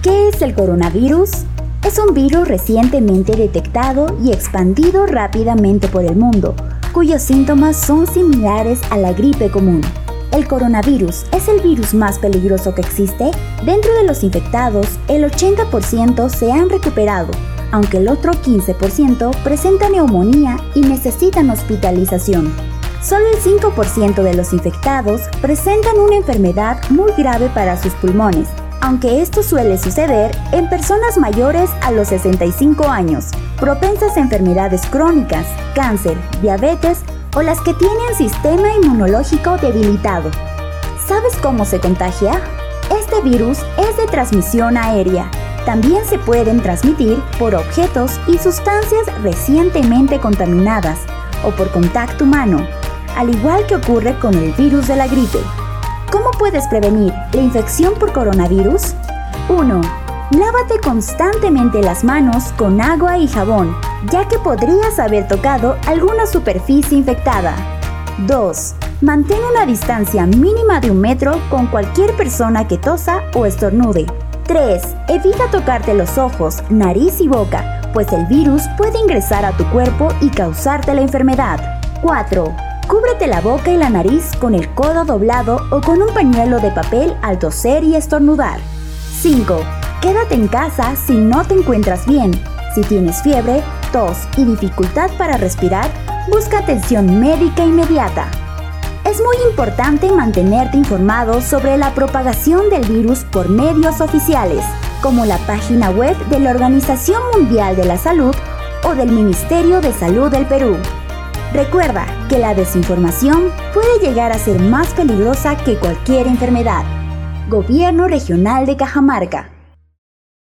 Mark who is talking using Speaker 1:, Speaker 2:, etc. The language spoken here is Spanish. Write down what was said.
Speaker 1: ¿Qué es el coronavirus? Es un virus recientemente detectado y expandido rápidamente por el mundo, cuyos síntomas son similares a la gripe común. ¿El coronavirus es el virus más peligroso que existe? Dentro de los infectados, el 80% se han recuperado, aunque el otro 15% presenta neumonía y necesitan hospitalización. Solo el 5% de los infectados presentan una enfermedad muy grave para sus pulmones, aunque esto suele suceder en personas mayores a los 65 años, propensas a enfermedades crónicas, cáncer, diabetes o las que tienen sistema inmunológico debilitado. ¿Sabes cómo se contagia? Este virus es de transmisión aérea. También se pueden transmitir por objetos y sustancias recientemente contaminadas o por contacto humano, al igual que ocurre con el virus de la gripe. ¿Cómo puedes prevenir la infección por coronavirus? 1. Lávate constantemente las manos con agua y jabón, ya que podrías haber tocado alguna superficie infectada. 2. Mantén una distancia mínima de 1 metro con cualquier persona que tosa o estornude. 3. Evita tocarte los ojos, nariz y boca, pues el virus puede ingresar a tu cuerpo y causarte la enfermedad. 4. Cúbrete la boca y la nariz con el codo doblado o con un pañuelo de papel al toser y estornudar. 5. Quédate en casa si no te encuentras bien. Si tienes fiebre, tos y dificultad para respirar, busca atención médica inmediata. Es muy importante mantenerte informado sobre la propagación del virus por medios oficiales, como la página web de la Organización Mundial de la Salud o del Ministerio de Salud del Perú. Recuerda que la desinformación puede llegar a ser más peligrosa que cualquier enfermedad. Gobierno Regional de Cajamarca.